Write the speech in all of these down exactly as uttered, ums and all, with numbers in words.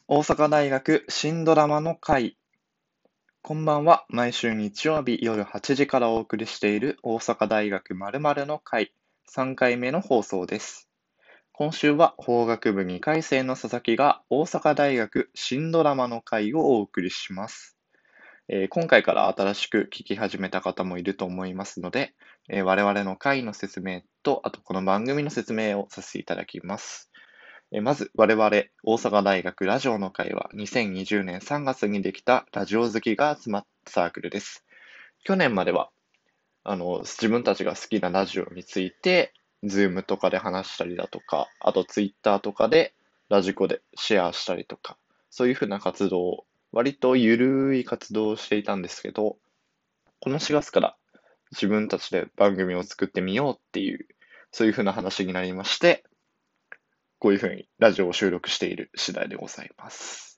大阪大学新ドラマの会。こんばんは。毎週日曜日夜はちじからお送りしている大阪大学〇〇の会さんかいめの放送です。今週は法学部にかい生の佐々木が大阪大学新ドラマの会をお送りします。えー今回から新しく聞き始めた方もいると思いますので、えー我々の会の説明と、あとこの番組の説明をさせていただきます。えまず、我々、大阪大学ラジオの会は、にせんにじゅうねんさんがつにできたラジオ好きが集まったサークルです。去年までは、あの、自分たちが好きなラジオについて、ズームとかで話したりだとか、あとツイッターとかで、ラジコでシェアしたりとか、そういうふうな活動を、割とゆるい活動をしていたんですけど、このしがつから自分たちで番組を作ってみようっていう、そういうふうな話になりまして、こういうふうにラジオを収録している次第でございます。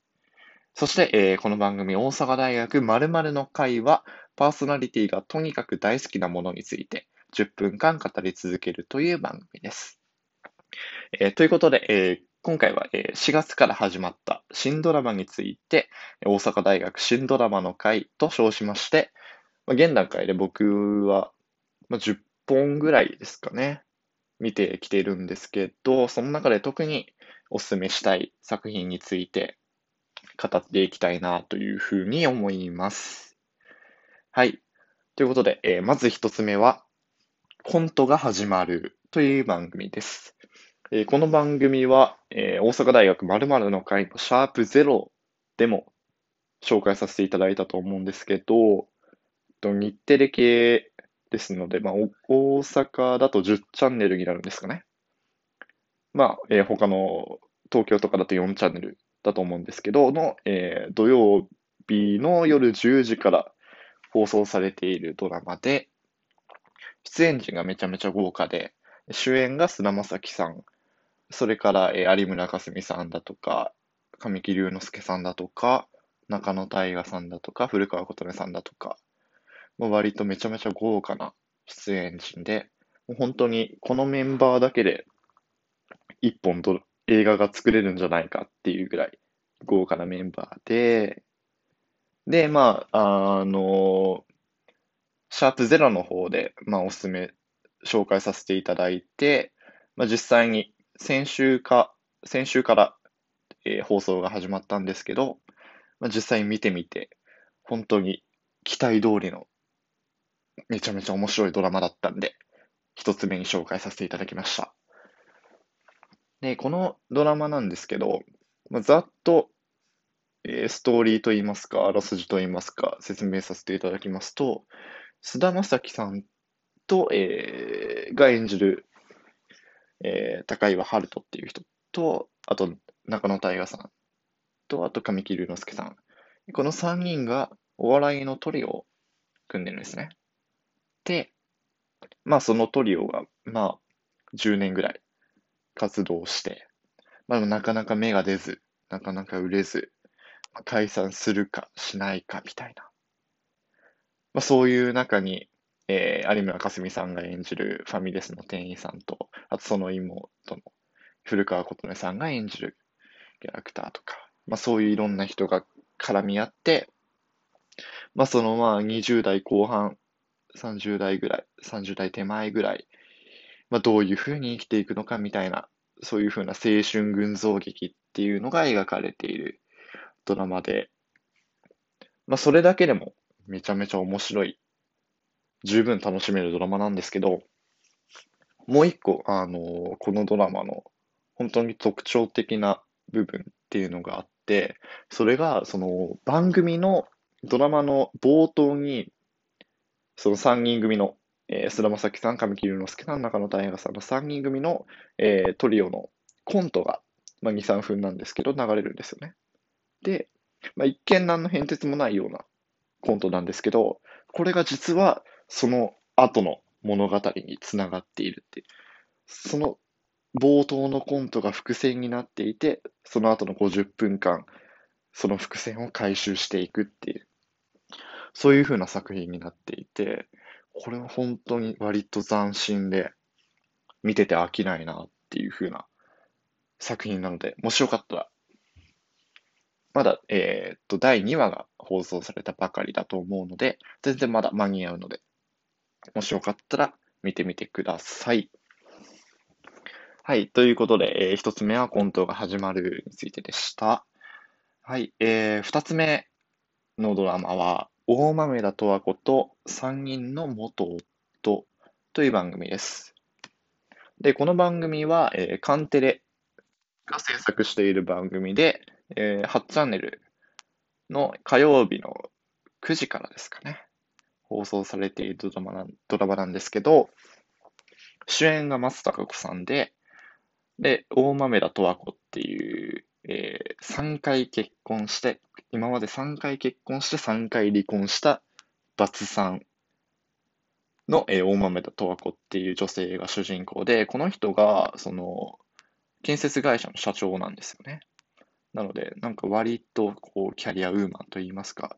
そして、えーこの番組、大阪大学〇〇の会は、パーソナリティがとにかく大好きなものについて、じゅっぷんかん語り続けるという番組です。えーということで、えー今回は、えーしがつから始まった新ドラマについて、大阪大学新ドラマの会と称しまして、まあ現段階で僕は、まあ、じゅっぽんぐらいですかね。見てきているんですけど、その中で特にお勧めしたい作品について語っていきたいなというふうに思います。はい。ということで、えーまず一つ目は、コントが始まるという番組です。えーこの番組は、えー大阪大学〇〇の会のシャープゼロでも紹介させていただいたと思うんですけど、と日テレ系ですので、まあ、お大阪だとじゅうチャンネルになるんですかね。まあ、えー他の東京とかだとよんチャンネルだと思うんですけど、の、えー土曜日の夜じゅうじから放送されているドラマで、出演陣がめちゃめちゃ豪華で、主演が菅田将暉さん、それから、えー有村架純さんだとか、神木隆之介さんだとか、中野大河さんだとか、古川琴音さんだとか、もう割とめちゃめちゃ豪華な出演陣で、もう本当にこのメンバーだけで一本ド映画が作れるんじゃないかっていうぐらい豪華なメンバーで、で、まあ、あの、シャープゼロの方で、まあ、おすすめ紹介させていただいて、まあ、実際に先週か、先週から、えー放送が始まったんですけど、まあ、実際に見てみて、本当に期待通りのめちゃめちゃ面白いドラマだったんで、一つ目に紹介させていただきました。で、このドラマなんですけど、まあ、ざっとえーストーリーといいますか、あらすじといいますか、説明させていただきますと、菅田将暉さんと、えーが演じる、えー高岩春人っていう人と、あと中野大河さんと、あと神木隆之介さん。このさんにんがお笑いのトリオを組んでるんですね。で、まあそのトリオが、まあじゅうねんぐらい活動して、まあでもなかなか芽が出ず、なかなか売れず、解散するかしないかみたいな。まあ、そういう中に、えー有村架純さんが演じるファミレスの店員さんと、あとその妹の古川琴音さんが演じるキャラクターとか、まあ、そういういろんな人が絡み合って、まあ、そのまあにじゅう代後半、さんじゅう代ぐらい、さんじゅう代手前ぐらい、まあ、どういうふうに生きていくのかみたいな、そういうふうな青春群像劇っていうのが描かれているドラマで、まあ、それだけでもめちゃめちゃ面白い、十分楽しめるドラマなんですけど、もう一個、あの、このドラマの本当に特徴的な部分っていうのがあって、それが、その番組のドラマの冒頭に、そのさんにん組の、えー、菅田将暉さん、神木隆之介さん、中野大河さんのさんにん組の、えートリオのコントが、まあ、に、さんぷんなんですけど、流れるんですよね。で、まあ、一見何の変哲もないようなコントなんですけど、これが実はその後の物語につながっているっていう。その冒頭のコントが伏線になっていて、その後のごじゅっぷんかん、その伏線を回収していくっていう、そういう風な作品になっていて、これは本当に割と斬新で、見てて飽きないなっていう風な作品なので、もしよかったらまだ、えーっと、だいにわが放送されたばかりだと思うので、全然まだ間に合うので、もしよかったら見てみてください。はい。ということで、えー一つ目はコントが始まるについてでした。はい。えー、二つ目のドラマは、大豆田十和子と三人の元夫という番組です。で、この番組は、えーカンテレが制作している番組で、えー、はちチャンネルの火曜日のくじからですかね、放送されているドラマなん、ドラマなんですけど、主演が松たか子さんで、で、大豆田十和子っていう、えー、さんかい結婚して、今までさんかい結婚してさんかい離婚したバツさんの、えー大豆田十和子っていう女性が主人公で、この人が、その、建設会社の社長なんですよね。なので、なんか割と、こう、キャリアウーマンといいますか、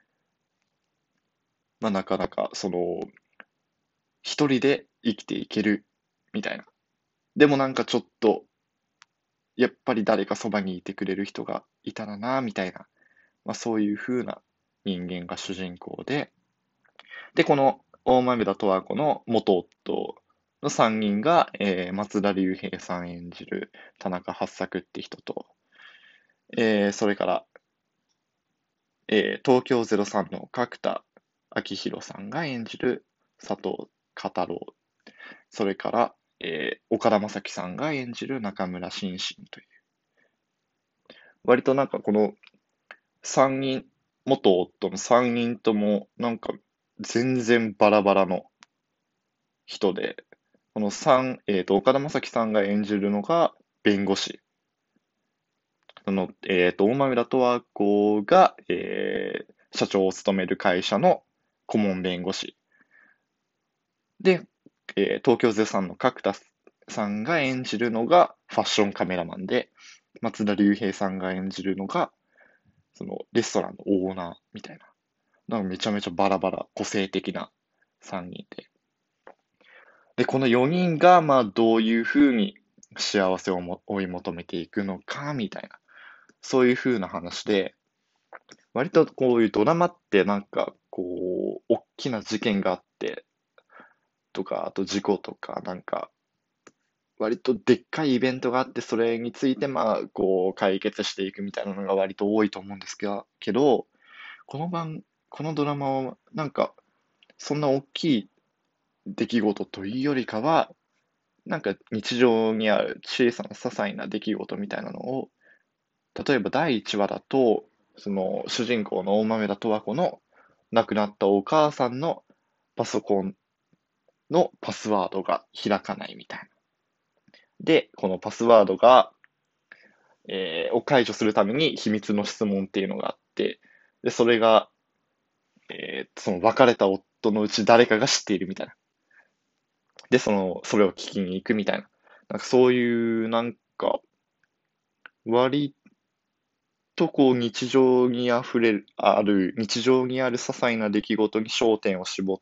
まあ、なかなか、その、一人で生きていける、みたいな。でもなんかちょっと、やっぱり誰かそばにいてくれる人がいたらな、みたいな、まあ、そういう風な人間が主人公で、で、この大豆田十和子の元夫のさんにんが、えー松田龍平さん演じる田中八作って人と、えーそれから、えー東京ゼロさんの角田昭弘さんが演じる佐藤嘉太郎、それから、えー岡田将生さんが演じる中村心身という、割となんかこのさんにん、元夫のさんにんとも、なんか全然バラバラの人で、このさん、えっと、岡田将生さんが演じるのが弁護士。その、えっと、大豆田十和子が、えー社長を務める会社の顧問弁護士。で、えー東京ゼロさんの角田さんが演じるのがファッションカメラマンで、松田龍平さんが演じるのが、そのレストランのオーナーみたいな。なんかめちゃめちゃバラバラ、個性的なさんにんで。で、このよにんが、まあ、どういうふうに幸せをも追い求めていくのか、みたいな、そういうふうな話で、割とこういうドラマってなんか、こう、大きな事件があって、とか、あと事故とか、なんか、割とでっかいイベントがあって、それについて、まあ、こう、解決していくみたいなのが割と多いと思うんですけど、けど、この番、このドラマは、なんか、そんな大きい出来事というよりかは、なんか日常にある小さな些細な出来事みたいなのを、例えばだいいちわだと、その主人公の大豆田十和子の亡くなったお母さんのパソコンのパスワードが開かないみたいな。で、このパスワードが、えーを解除するために秘密の質問っていうのがあって、で、それが、えーその別れた夫のうち誰かが知っているみたいな。で、その、それを聞きに行くみたいな。なんかそういう、なんか、割とこう日常に溢れる、ある、日常にある些細な出来事に焦点を絞って、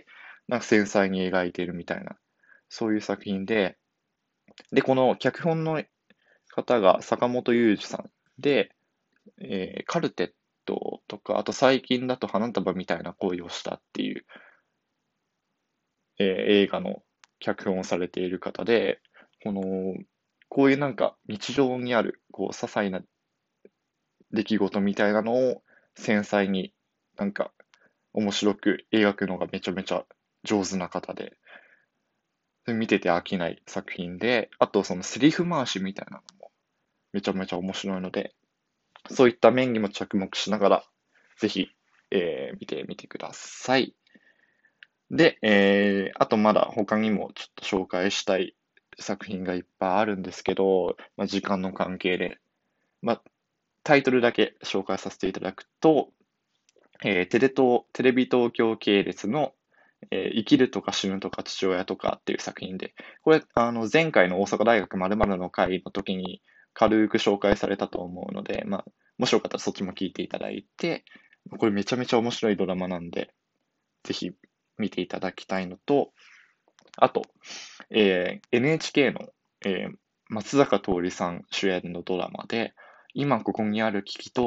なんか繊細に描いているみたいな、そういう作品で、で、この脚本の方が坂本雄二さんで、えーカルテットとか、あと最近だと花束みたいな恋をしたっていう、えー映画の脚本をされている方で、この、こういうなんか日常にある、こう、些細な出来事みたいなのを繊細になんか面白く描くのがめちゃめちゃ上手な方で、見てて飽きない作品で、あとそのセリフ回しみたいなのもめちゃめちゃ面白いので、そういった面にも着目しながら、ぜひ、えー見てみてください。で、えーあとまだ他にもちょっと紹介したい作品がいっぱいあるんですけど、まあ、時間の関係で、まあ、タイトルだけ紹介させていただくと、えーテレ東、テレビ東京系列の、えー生きるとか死ぬとか父親とかっていう作品で、これ、あの、前回の大阪大学〇〇の会の時に軽く紹介されたと思うので、まあ、もしよかったらそっちも聞いていただいて、これめちゃめちゃ面白いドラマなんで、ぜひ見ていただきたいのと、あと、えー エヌエイチケー の、えー松坂桃李さん主演のドラマで、今ここにある危機と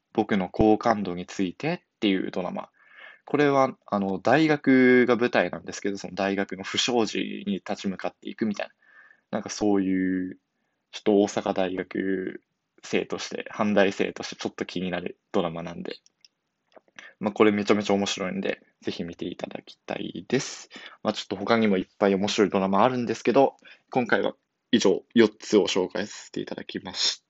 僕の好感度についてっていうドラマ。これは、あの、大学が舞台なんですけど、その大学の不祥事に立ち向かっていくみたいな、なんかそういう、ちょっと大阪大学生として、阪大生としてちょっと気になるドラマなんで、まあ、これめちゃめちゃ面白いんで、ぜひ見ていただきたいです。まあ、ちょっと他にもいっぱい面白いドラマあるんですけど、今回は以上よっつを紹介させていただきました。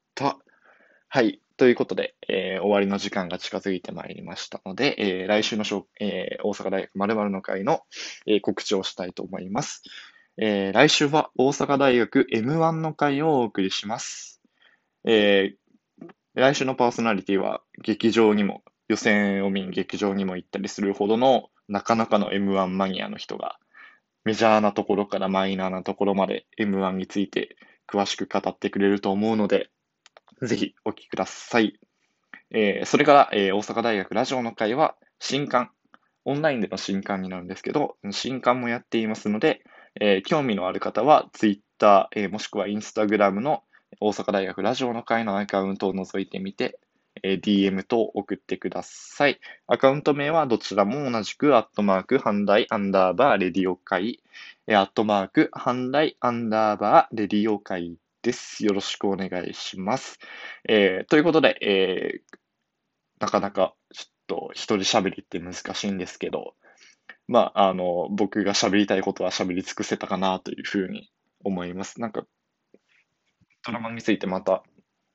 はい。ということで、えー終わりの時間が近づいてまいりましたので、えー来週のしょう、えー大阪大学〇〇の会の、えー告知をしたいと思います。えー来週は大阪大学 エムワン の会をお送りします。えー来週のパーソナリティは劇場にも、予選を見に劇場にも行ったりするほどのなかなかの エムワン マニアの人が、メジャーなところからマイナーなところまで エムワン について詳しく語ってくれると思うので、ぜひお聞きください。えーそれから、えー大阪大学ラジオの会は新刊、オンラインでの新刊になるんですけど、新刊もやっていますので、えー興味のある方は Twitter、えーもしくは Instagram の大阪大学ラジオの会のアカウントを覗いてみて、えー ディーエム と送ってください。アカウント名はどちらも同じく、アットマーク、阪大アンダーバーレディオ会、えーアットマーク、阪大アンダーバーレディオ会です。よろしくお願いします。えーということで、えーなかなかちょっと一人喋りって難しいんですけど、まあ、あの、僕が喋りたいことは喋り尽くせたかなというふうに思います。なんか、ドラマについてまた、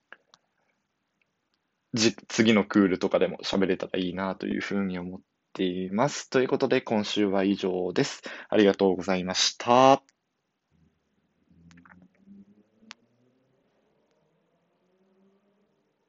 じ、次のクールとかでも喋れたらいいなというふうに思っています。ということで、今週は以上です。ありがとうございました。